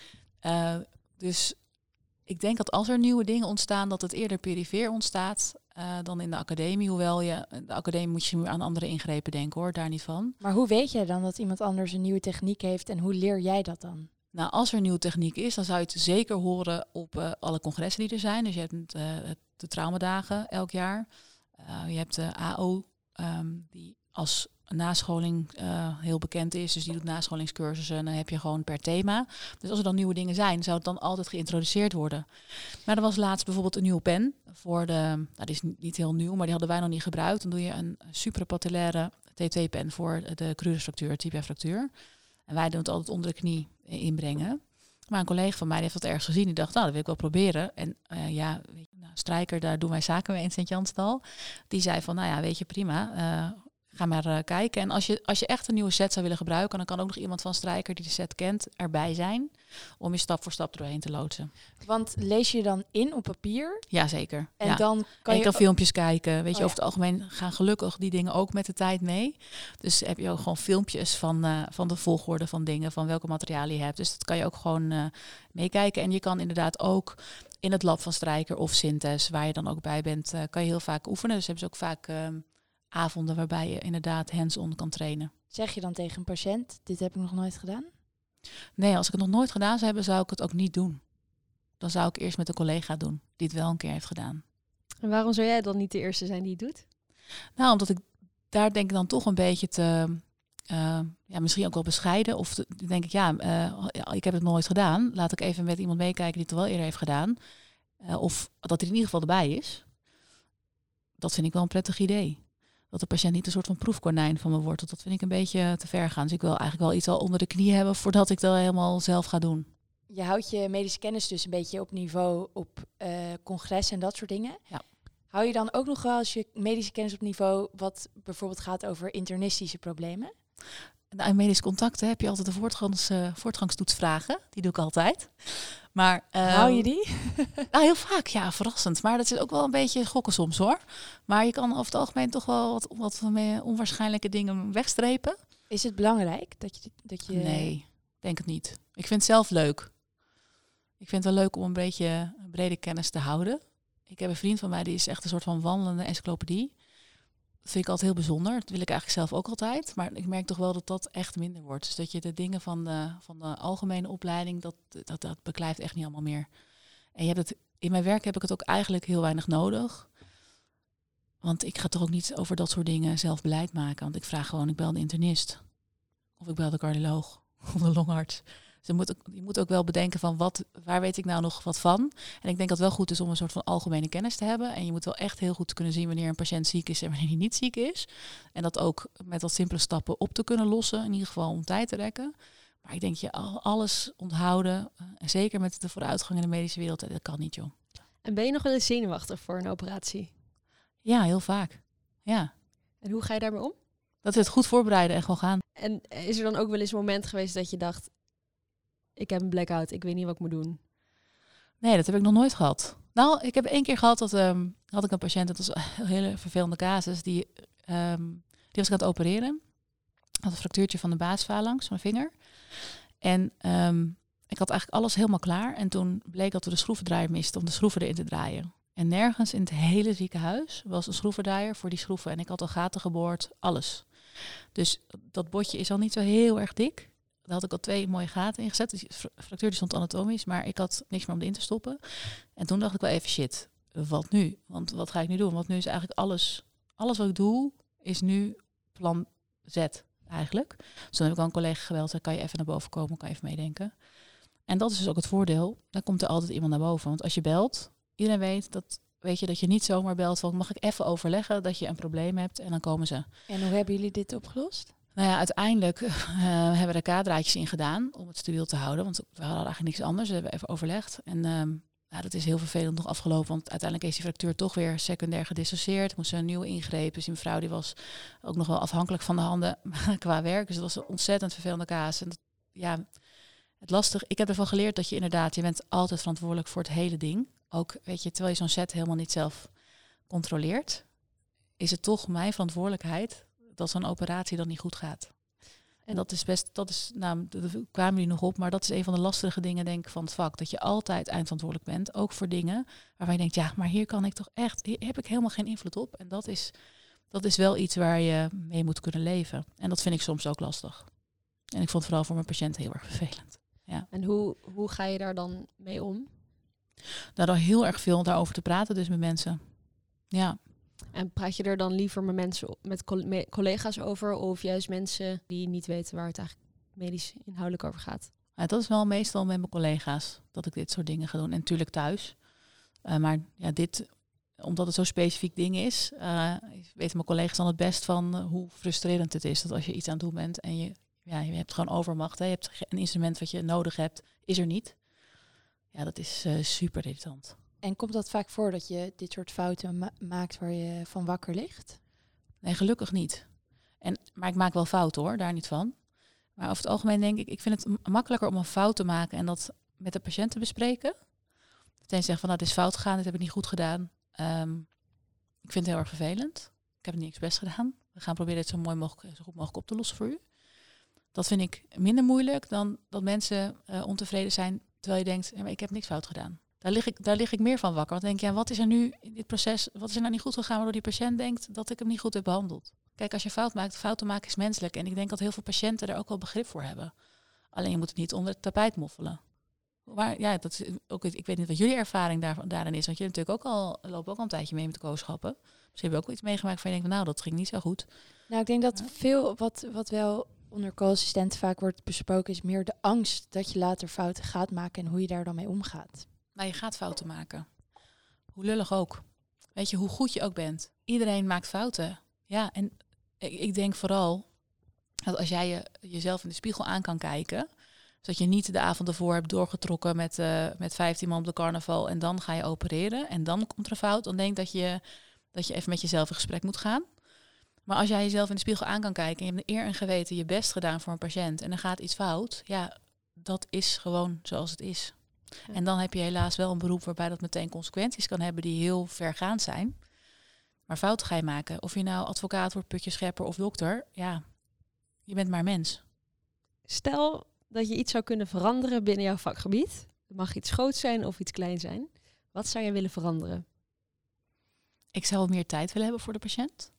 Dus ik denk dat als er nieuwe dingen ontstaan, dat het eerder perifeer ontstaat dan in de academie. Hoewel de academie moet je aan andere ingrepen denken hoor, daar niet van. Maar hoe weet jij dan dat iemand anders een nieuwe techniek heeft en hoe leer jij dat dan? Nou, als er een nieuwe techniek is, dan zou je het zeker horen op alle congressen die er zijn. Dus je hebt de traumadagen elk jaar. Je hebt de AO, die als nascholing heel bekend is. Dus die doet nascholingscursussen en dan heb je gewoon per thema. Dus als er dan nieuwe dingen zijn, zou het dan altijd geïntroduceerd worden. Maar er was laatst bijvoorbeeld een nieuwe pen. Die is niet heel nieuw, maar die hadden wij nog niet gebruikt. Dan doe je een suprapatellaire T2-pen voor de crurusfractuur, tibia-fractuur. En wij doen het altijd onder de knie inbrengen. Maar een collega van mij die heeft dat ergens gezien. Die dacht, nou, dat wil ik wel proberen. En Strijker, daar doen wij zaken mee in Sint-Jansdal. Die zei van, nou ja, weet je, prima. Ga maar kijken. En als je echt een nieuwe set zou willen gebruiken, dan kan ook nog iemand van Strijker die de set kent erbij zijn. Om je stap voor stap doorheen te loodsen. Want lees je dan in op papier? Jazeker. En dan kan je kan filmpjes kijken. Weet je, ja. over het algemeen gaan gelukkig die dingen ook met de tijd mee. Dus heb je ook gewoon filmpjes van de volgorde van dingen, van welke materialen je hebt. Dus dat kan je ook gewoon meekijken. En je kan inderdaad ook in het lab van Strijker of Synthes, waar je dan ook bij bent, kan je heel vaak oefenen. Dus hebben ze ook vaak avonden waarbij je inderdaad hands-on kan trainen. Zeg je dan tegen een patiënt, dit heb ik nog nooit gedaan? Nee, als ik het nog nooit gedaan zou hebben, zou ik het ook niet doen. Dan zou ik eerst met een collega doen, die het wel een keer heeft gedaan. En waarom zou jij dan niet de eerste zijn die het doet? Nou, omdat ik daar denk ik dan toch een beetje misschien ook wel bescheiden. Of denk ik, ik heb het nooit gedaan. Laat ik even met iemand meekijken die het wel eerder heeft gedaan. Of dat hij in ieder geval erbij is. Dat vind ik wel een prettig idee. Dat de patiënt niet een soort van proefkonijn van me wordt. Dat vind ik een beetje te ver gaan. Dus ik wil eigenlijk wel iets al onder de knie hebben voordat ik dat helemaal zelf ga doen. Je houdt je medische kennis dus een beetje op niveau op congres en dat soort dingen. Ja. Hou je dan ook nog wel eens je medische kennis op niveau wat bijvoorbeeld gaat over internistische problemen? Nou, in medische contacten heb je altijd de voortgangstoetsvragen. Die doe ik altijd. Maar hou je die? Nou, heel vaak, ja, verrassend. Maar dat is ook wel een beetje gokken soms, hoor. Maar je kan over het algemeen toch wel wat onwaarschijnlijke dingen wegstrepen. Is het belangrijk dat je... Nee, denk het niet. Ik vind het zelf leuk. Ik vind het wel leuk om een beetje brede kennis te houden. Ik heb een vriend van mij, die is echt een soort van wandelende encyclopedie. Dat vind ik altijd heel bijzonder. Dat wil ik eigenlijk zelf ook altijd. Maar ik merk toch wel dat dat echt minder wordt. Dus dat je de dingen van de algemene opleiding, dat beklijft echt niet allemaal meer. En in mijn werk heb ik het ook eigenlijk heel weinig nodig. Want ik ga toch ook niet over dat soort dingen zelf beleid maken. Want ik vraag gewoon, ik bel de internist. Of ik bel de cardioloog. Of de longarts. Dus je moet ook wel bedenken van waar weet ik nou nog wat van. En ik denk dat het wel goed is om een soort van algemene kennis te hebben. En je moet wel echt heel goed kunnen zien wanneer een patiënt ziek is en wanneer hij niet ziek is. En dat ook met wat simpele stappen op te kunnen lossen. In ieder geval om tijd te rekken. Maar ik denk je alles onthouden. En zeker met de vooruitgang in de medische wereld, dat kan niet, joh. En ben je nog wel eens zenuwachtig voor een operatie? Ja, heel vaak. Ja. En hoe ga je daarmee om? Dat we het goed voorbereiden en gewoon gaan. En is er dan ook wel eens een moment geweest dat je dacht, ik heb een blackout, ik weet niet wat ik moet doen? Nee, dat heb ik nog nooit gehad. Nou, ik heb 1 keer gehad dat had ik een patiënt, dat was een hele vervelende casus, die was ik aan het opereren. Had een fractuurtje van de baasphalanx van mijn vinger. En ik had eigenlijk alles helemaal klaar. En toen bleek dat we de schroevendraaier misten om de schroeven erin te draaien. En nergens in het hele ziekenhuis was een schroevendraaier voor die schroeven. En ik had al gaten geboord, alles. Dus dat botje is al niet zo heel erg dik. Daar had ik al 2 mooie gaten in gezet. Dus die fractuur die stond anatomisch, maar ik had niks meer om erin te stoppen. En toen dacht ik wel even, shit, wat nu? Want wat ga ik nu doen? Want nu is eigenlijk alles wat ik doe, is nu plan Z eigenlijk. Dus dan heb ik al een collega gebeld, zei, kan je even naar boven komen, kan je even meedenken. En dat is dus ook het voordeel, dan komt er altijd iemand naar boven. Want als je belt, iedereen weet je dat je niet zomaar belt van, mag ik even overleggen dat je een probleem hebt? En dan komen ze. En hoe hebben jullie dit opgelost? Nou ja, uiteindelijk hebben we er kaderdraadjes in gedaan om het stabiel te houden. Want we hadden eigenlijk niks anders. We hebben even overlegd. En dat is heel vervelend nog afgelopen. Want uiteindelijk is die fractuur toch weer secundair gedissocieerd. Moest een nieuwe ingreep. Dus die mevrouw die was ook nog wel afhankelijk van de handen qua werk. Dus dat was een ontzettend vervelende kaas. En het lastig. Ik heb ervan geleerd dat je bent altijd verantwoordelijk voor het hele ding. Ook, weet je, terwijl je zo'n set helemaal niet zelf controleert, is het toch mijn verantwoordelijkheid dat zo'n operatie dan niet goed gaat. En daar kwamen jullie nog op, maar dat is een van de lastige dingen, denk ik, van het vak. Dat je altijd eindverantwoordelijk bent, ook voor dingen waarvan je denkt, ja, maar hier heb ik helemaal geen invloed op. En dat is wel iets waar je mee moet kunnen leven. En dat vind ik soms ook lastig. En ik vond het vooral voor mijn patiënt heel erg vervelend. Ja. En hoe ga je daar dan mee om? Nou, door heel erg veel daarover te praten dus met mensen. Ja. En praat je er dan liever met collega's over, of juist mensen die niet weten waar het eigenlijk medisch inhoudelijk over gaat? Ja, dat is wel meestal met mijn collega's dat ik dit soort dingen ga doen. En natuurlijk thuis. Maar ja, omdat het zo'n specifiek ding is, weten mijn collega's dan het best van hoe frustrerend het is. Dat als je iets aan het doen bent en je hebt gewoon overmacht. Hè. Je hebt een instrument wat je nodig hebt, is er niet. Ja, dat is super irritant. En komt dat vaak voor dat je dit soort fouten maakt waar je van wakker ligt? Nee, gelukkig niet. Maar ik maak wel fouten hoor, daar niet van. Maar over het algemeen denk ik vind het makkelijker om een fout te maken en dat met de patiënt te bespreken. Meteen zeggen van, nou, dit is fout gegaan, dit heb ik niet goed gedaan. Ik vind het heel erg vervelend. Ik heb het niet expres gedaan. We gaan proberen het zo goed mogelijk op te lossen voor u. Dat vind ik minder moeilijk dan dat mensen ontevreden zijn, terwijl je denkt, ja, maar ik heb niks fout gedaan. Daar lig ik meer van wakker. Want dan denk je, wat is er nu in dit proces, wat is er nou niet goed gegaan, waardoor die patiënt denkt dat ik hem niet goed heb behandeld? Kijk, als je fouten maken is menselijk. En ik denk dat heel veel patiënten er ook wel begrip voor hebben. Alleen je moet het niet onder het tapijt moffelen. Maar ja, dat is ook, ik weet niet wat jullie ervaring daarin is. Want je natuurlijk loopt ook al een tijdje mee met de kooschappen. Dus je hebt ook wel iets meegemaakt van je denkt, nou, dat ging niet zo goed. Nou, ik denk dat veel wat wel onder co-assistenten vaak wordt besproken, is meer de angst dat je later fouten gaat maken en hoe je daar dan mee omgaat. Nou, je gaat fouten maken. Hoe lullig ook. Weet je, hoe goed je ook bent. Iedereen maakt fouten. Ja, en ik denk vooral dat als jij jezelf in de spiegel aan kan kijken, zodat je niet de avond ervoor hebt doorgetrokken met 15 man op de carnaval en dan ga je opereren en dan komt er een fout, dan denk ik dat je even met jezelf in gesprek moet gaan. Maar als jij jezelf in de spiegel aan kan kijken en je hebt de eer en geweten je best gedaan voor een patiënt en er gaat iets fout, ja, dat is gewoon zoals het is. Ja. En dan heb je helaas wel een beroep waarbij dat meteen consequenties kan hebben die heel vergaand zijn. Maar fouten ga je maken. Of je nou advocaat wordt, putjeschepper of dokter, ja, je bent maar mens. Stel dat je iets zou kunnen veranderen binnen jouw vakgebied. Het mag iets groots zijn of iets klein zijn. Wat zou je willen veranderen? Ik zou meer tijd willen hebben voor de patiënt.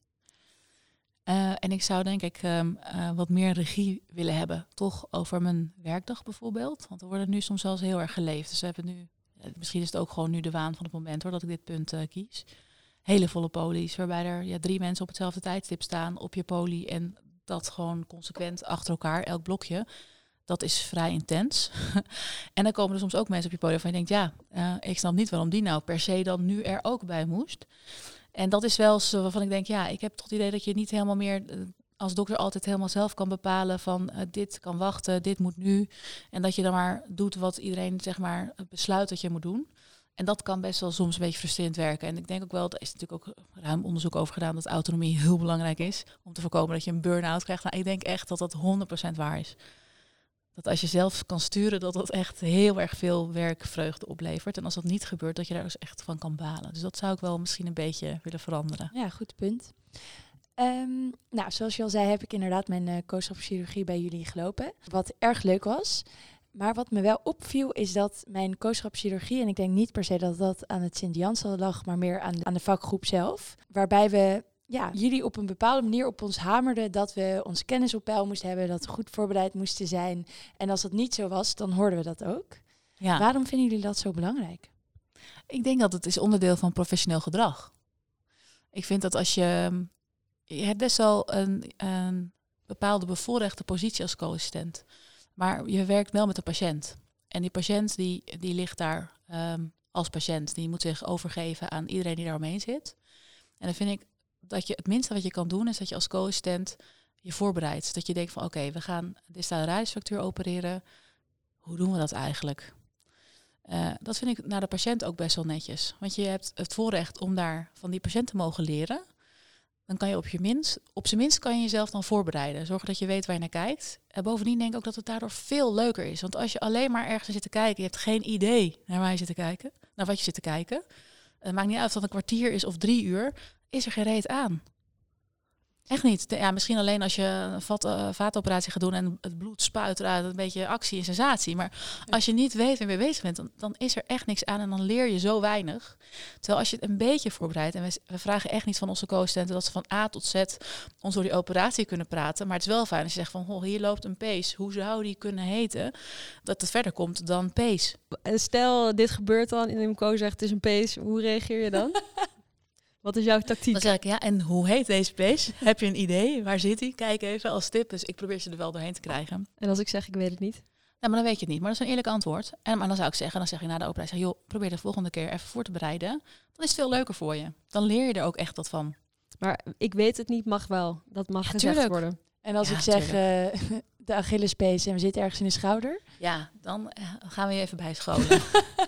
En ik zou denk ik wat meer regie willen hebben. Toch over mijn werkdag bijvoorbeeld. Want er wordt nu soms zelfs heel erg geleefd. Dus we hebben nu, misschien is het ook gewoon nu de waan van het moment hoor, dat ik dit punt kies. Hele volle polies, waarbij er 3 mensen op hetzelfde tijdstip staan op je poli. En dat gewoon consequent achter elkaar, elk blokje. Dat is vrij intens. En dan komen er soms ook mensen op je poli waarvan je denkt, ik snap niet waarom die nou per se dan nu er ook bij moest. En dat is wel zo waarvan ik denk, ik heb toch het idee dat je niet helemaal meer als dokter altijd helemaal zelf kan bepalen van dit kan wachten, dit moet nu. En dat je dan maar doet wat iedereen zeg maar besluit dat je moet doen. En dat kan best wel soms een beetje frustrerend werken. En ik denk ook wel, er is natuurlijk ook ruim onderzoek over gedaan dat autonomie heel belangrijk is om te voorkomen dat je een burn-out krijgt. Nou, ik denk echt dat dat 100% waar is. Dat als je zelf kan sturen, dat dat echt heel erg veel werkvreugde oplevert. En als dat niet gebeurt, dat je daar dus echt van kan balen. Dus dat zou ik wel misschien een beetje willen veranderen. Ja, goed punt. Nou, zoals je al zei, heb ik inderdaad mijn kooschappschirurgie bij jullie gelopen. Wat erg leuk was. Maar wat me wel opviel is dat mijn kooschapschirurgie, en ik denk niet per se dat dat aan het Sint-Jansen lag, maar meer aan de vakgroep zelf, waarbij we jullie op een bepaalde manier op ons hamerden dat we onze kennis op peil moesten hebben, dat we goed voorbereid moesten zijn. En als dat niet zo was, dan hoorden we dat ook. Ja. Waarom vinden jullie dat zo belangrijk? Ik denk dat het is onderdeel van professioneel gedrag. Ik vind dat als je hebt best wel een bepaalde bevoorrechte positie als co-assistent. Maar je werkt wel met de patiënt. En die patiënt die ligt daar als patiënt. Die moet zich overgeven aan iedereen die daar omheen zit. En dan vind ik dat je het minste wat je kan doen is dat je als co-assistent je voorbereidt. Dat je denkt van oké, we gaan distal radiusfractuur opereren. Hoe doen we dat eigenlijk? Dat vind ik naar de patiënt ook best wel netjes. Want je hebt het voorrecht om daar van die patiënt te mogen leren. Dan kan je op zijn minst kan je jezelf dan voorbereiden. Zorgen dat je weet waar je naar kijkt. En bovendien denk ik ook dat het daardoor veel leuker is. Want als je alleen maar ergens zit te kijken, je hebt geen idee naar waar je zit te kijken, naar wat je zit te kijken. Het maakt niet uit of het een kwartier is of 3 uur, is er geen reet aan. Echt niet. Ja, misschien alleen als je een vaatoperatie gaat doen en het bloed spuit eruit, een beetje actie en sensatie. Maar als je niet weet waar je mee bezig bent, dan is er echt niks aan en dan leer je zo weinig. Terwijl als je het een beetje voorbereidt, en we vragen echt niet van onze co-assistenten dat ze van A tot Z ons door die operatie kunnen praten. Maar het is wel fijn als je zegt van, hier loopt een pees. Hoe zou die kunnen heten? Dat het verder komt dan pees. Stel, dit gebeurt dan en de co zegt het is een pees. Hoe reageer je dan? Wat is jouw tactiek? Dan zeg ik, en hoe heet deze pees? Heb je een idee? Waar zit hij? Kijk even als tip. Dus ik probeer ze er wel doorheen te krijgen. En als ik zeg, ik weet het niet? Maar dan weet je het niet. Maar dat is een eerlijk antwoord. Maar dan zou ik zeggen, dan zeg je na de operatie, joh, probeer de volgende keer even voor te bereiden. Dan is het veel leuker voor je. Dan leer je er ook echt wat van. Maar ik weet het niet, mag wel. Dat mag gezegd tuurlijk worden. En als ik zeg de Achillespees en we zitten ergens in de schouder. Ja, dan gaan we je even bijscholen.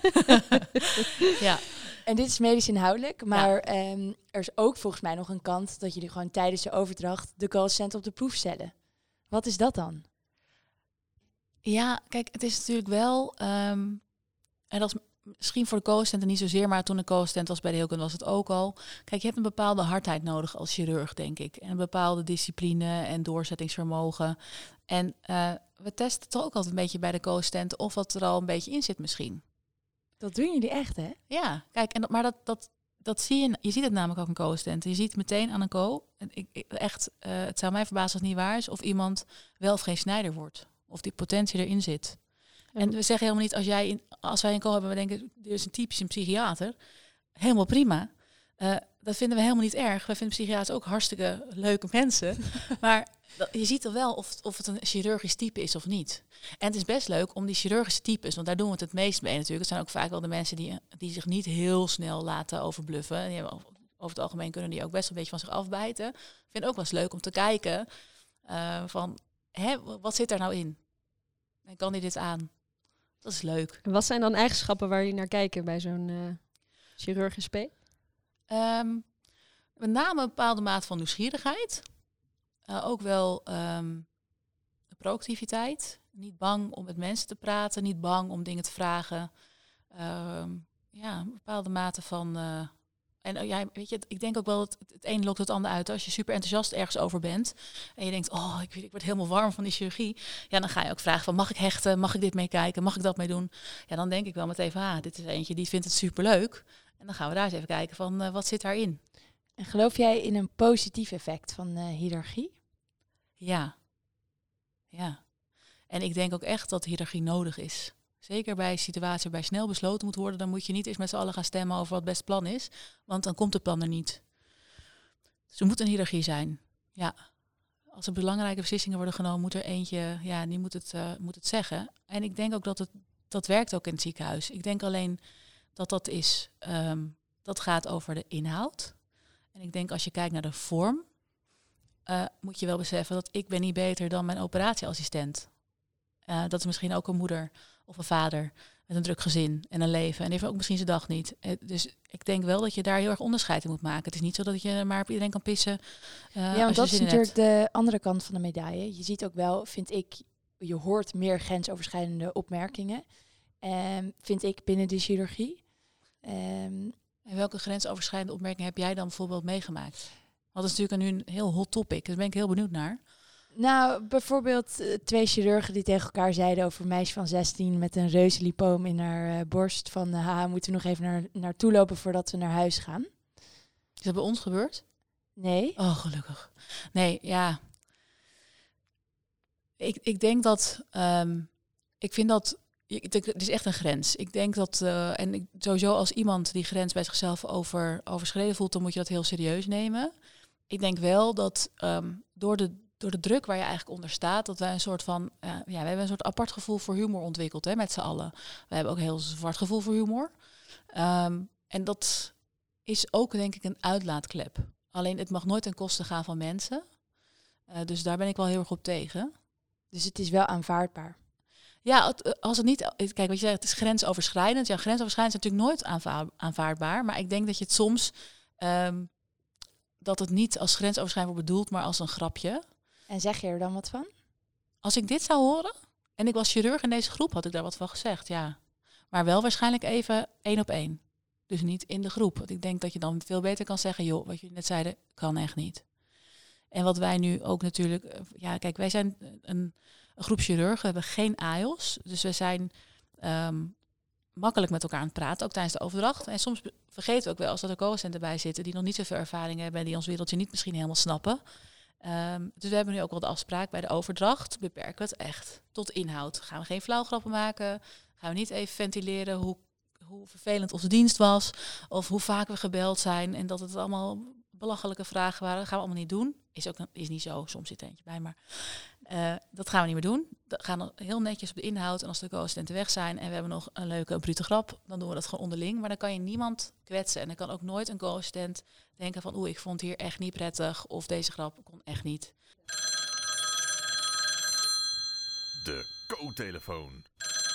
Ja. En dit is medisch inhoudelijk, maar er is ook volgens mij nog een kant dat jullie gewoon tijdens de overdracht de co-assistent op de proef stellen. Wat is dat dan? Ja, kijk, het is natuurlijk wel, en dat is misschien voor de co-assistenten niet zozeer, maar toen de co-assistent was bij de Hilken was het ook al. Kijk, je hebt een bepaalde hardheid nodig als chirurg, denk ik. En een bepaalde discipline en doorzettingsvermogen. En we testen toch ook altijd een beetje bij de co-assistenten of wat er al een beetje in zit misschien. Dat doen jullie echt, hè? Ja, kijk, maar dat zie je. Je ziet het namelijk ook een co-assistent. Je ziet meteen aan een co. Het zou mij verbazen als het niet waar is of iemand wel of geen snijder wordt. Of die potentie erin zit. En we zeggen helemaal niet, als wij een co hebben, we denken, dit is een typische psychiater. Helemaal prima. Dat vinden we helemaal niet erg. Wij vinden psychiaters ook hartstikke leuke mensen. Maar je ziet er wel of het een chirurgisch type is of niet. En het is best leuk om die chirurgische types, want daar doen we het meest mee natuurlijk. Het zijn ook vaak wel de mensen die zich niet heel snel laten overbluffen. Die hebben, over het algemeen kunnen die ook best een beetje van zich afbijten. Ik vind het ook wel eens leuk om te kijken van, wat zit er nou in? En kan die dit aan? Dat is leuk. En wat zijn dan eigenschappen waar je naar kijkt bij zo'n chirurgisch P? Met name een bepaalde mate van nieuwsgierigheid. Ook wel proactiviteit. Niet bang om met mensen te praten. Niet bang om dingen te vragen. Een bepaalde mate van... weet je, ik denk ook wel dat het een lokt het ander uit. Als je super enthousiast ergens over bent en je denkt, ik word helemaal warm van die chirurgie. Ja, dan ga je ook vragen van, mag ik hechten? Mag ik dit meekijken? Mag ik dat mee doen? Ja, dan denk ik wel meteen van, dit is eentje die vindt het superleuk. En dan gaan we daar eens even kijken van, wat zit daarin? En geloof jij in een positief effect van hiërarchie? Ja. En ik denk ook echt dat hiërarchie nodig is. Zeker bij situaties waarbij snel besloten moet worden, dan moet je niet eens met z'n allen gaan stemmen over wat het beste plan is. Want dan komt het plan er niet. Dus er moet een hiërarchie zijn. Ja. Als er belangrijke beslissingen worden genomen, moet er eentje, die moet het zeggen. En ik denk ook dat werkt ook in het ziekenhuis. Ik denk alleen dat is, dat gaat over de inhoud. En ik denk als je kijkt naar de vorm, moet je wel beseffen dat ik ben niet beter dan mijn operatieassistent. Dat is misschien ook een moeder of een vader met een druk gezin en een leven. En die heeft ook misschien zijn dag niet. Dus ik denk wel dat je daar heel erg onderscheid in moet maken. Het is niet zo dat je maar op iedereen kan pissen. Want dat is natuurlijk de andere kant van de medaille. Je ziet ook wel, vind ik, je hoort meer grensoverschrijdende opmerkingen. Vind ik binnen de chirurgie. En welke grensoverschrijdende opmerkingen heb jij dan bijvoorbeeld meegemaakt? Dat is natuurlijk nu een heel hot topic. Daar ben ik heel benieuwd naar. Nou, bijvoorbeeld 2 chirurgen die tegen elkaar zeiden over een meisje van 16 met een reuzenlipoom in haar borst. Van, haha, moeten we nog even naartoe lopen voordat we naar huis gaan? Is dat bij ons gebeurd? Nee. Oh, gelukkig. Nee, ja. Ik denk dat... ik vind dat... Het is echt een grens. Ik denk dat... sowieso als iemand die grens bij zichzelf overschreden voelt, dan moet je dat heel serieus nemen. Ik denk wel dat door de druk waar je eigenlijk onder staat, dat wij een soort van... we hebben een soort apart gevoel voor humor ontwikkeld, hè, met z'n allen. We hebben ook een heel zwart gevoel voor humor. En dat is ook, denk ik, een uitlaatklep. Alleen het mag nooit ten koste gaan van mensen. Dus daar ben ik wel heel erg op tegen. Dus het is wel aanvaardbaar. Ja, als het niet... Kijk, wat je zegt, het is grensoverschrijdend. Ja, grensoverschrijdend is natuurlijk nooit aanvaardbaar. Maar ik denk dat je het soms... dat het niet als grensoverschrijdend wordt bedoeld, maar als een grapje. En zeg je er dan wat van? Als ik dit zou horen, en ik was chirurg in deze groep, had ik daar wat van gezegd, ja. Maar wel waarschijnlijk even 1 op 1. Dus niet in de groep. Want ik denk dat je dan veel beter kan zeggen, joh, wat jullie net zeiden, kan echt niet. En wat wij nu ook natuurlijk... kijk, wij zijn een groep chirurgen, we hebben geen AIOS. Dus we zijn makkelijk met elkaar aan het praten, ook tijdens de overdracht. En soms vergeten we ook wel eens dat er co-assistenten bij zitten die nog niet zoveel ervaring hebben en die ons wereldje niet misschien helemaal snappen. Dus we hebben nu ook wel de afspraak bij de overdracht. Beperken we het echt tot inhoud. Gaan we geen flauwgrappen maken? Gaan we niet even ventileren hoe vervelend onze dienst was? Of hoe vaak we gebeld zijn en dat het allemaal belachelijke vragen waren? Dat gaan we allemaal niet doen. Is niet zo. Soms zit er eentje bij, maar dat gaan we niet meer doen. We gaan heel netjes op de inhoud. En als de co-assistenten weg zijn en we hebben nog een leuke brute grap, dan doen we dat gewoon onderling. Maar dan kan je niemand kwetsen. En dan kan ook nooit een co-assistent denken van ik vond het hier echt niet prettig. Of deze grap kon echt niet. De co-telefoon.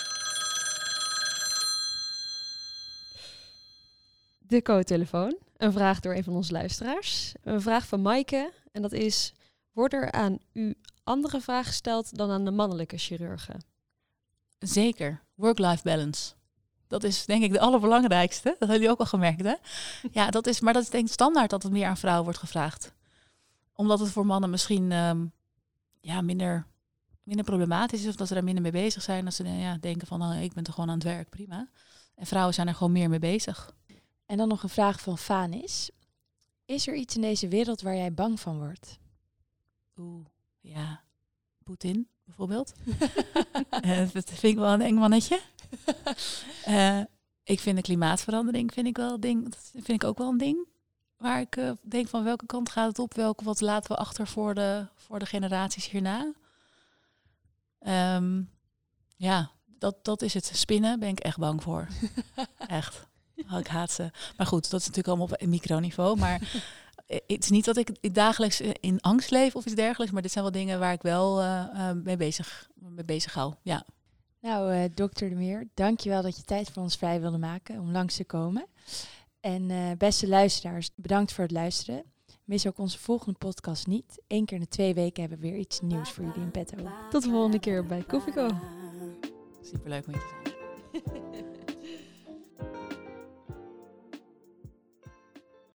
De co-telefoon. Een vraag door een van onze luisteraars. Een vraag van Maaike. En dat is, worden er aan u andere vragen gesteld dan aan de mannelijke chirurgen? Zeker. Work-life balance. Dat is denk ik de allerbelangrijkste. Dat hebben jullie ook al gemerkt, hè? Ja, maar dat is denk ik standaard dat het meer aan vrouwen wordt gevraagd. Omdat het voor mannen misschien minder problematisch is. Of dat ze daar minder mee bezig zijn. Dat ze denken van, ik ben toch gewoon aan het werk, prima. En vrouwen zijn er gewoon meer mee bezig. En dan nog een vraag van Fanis. Is er iets in deze wereld waar jij bang van wordt? Ja. Poetin, bijvoorbeeld. Dat vind ik wel een eng mannetje. Ik vind de klimaatverandering dat vind ik ook wel een ding. Waar ik denk van welke kant gaat het op? Wat laten we achter voor de generaties hierna? Dat is het. Spinnen ben ik echt bang voor. Echt. Ik haat ze. Maar goed, dat is natuurlijk allemaal op een microniveau. Maar het is niet dat ik dagelijks in angst leef of iets dergelijks. Maar dit zijn wel dingen waar ik wel mee bezig hou. Ja. Nou, dokter De Meer, dankjewel dat je tijd voor ons vrij wilde maken om langs te komen. En beste luisteraars, bedankt voor het luisteren. Mis ook onze volgende podcast niet. 1 keer in de 2 weken hebben we weer iets nieuws voor jullie in petto. Tot de volgende keer bij Koffieko. Superleuk om je te zijn.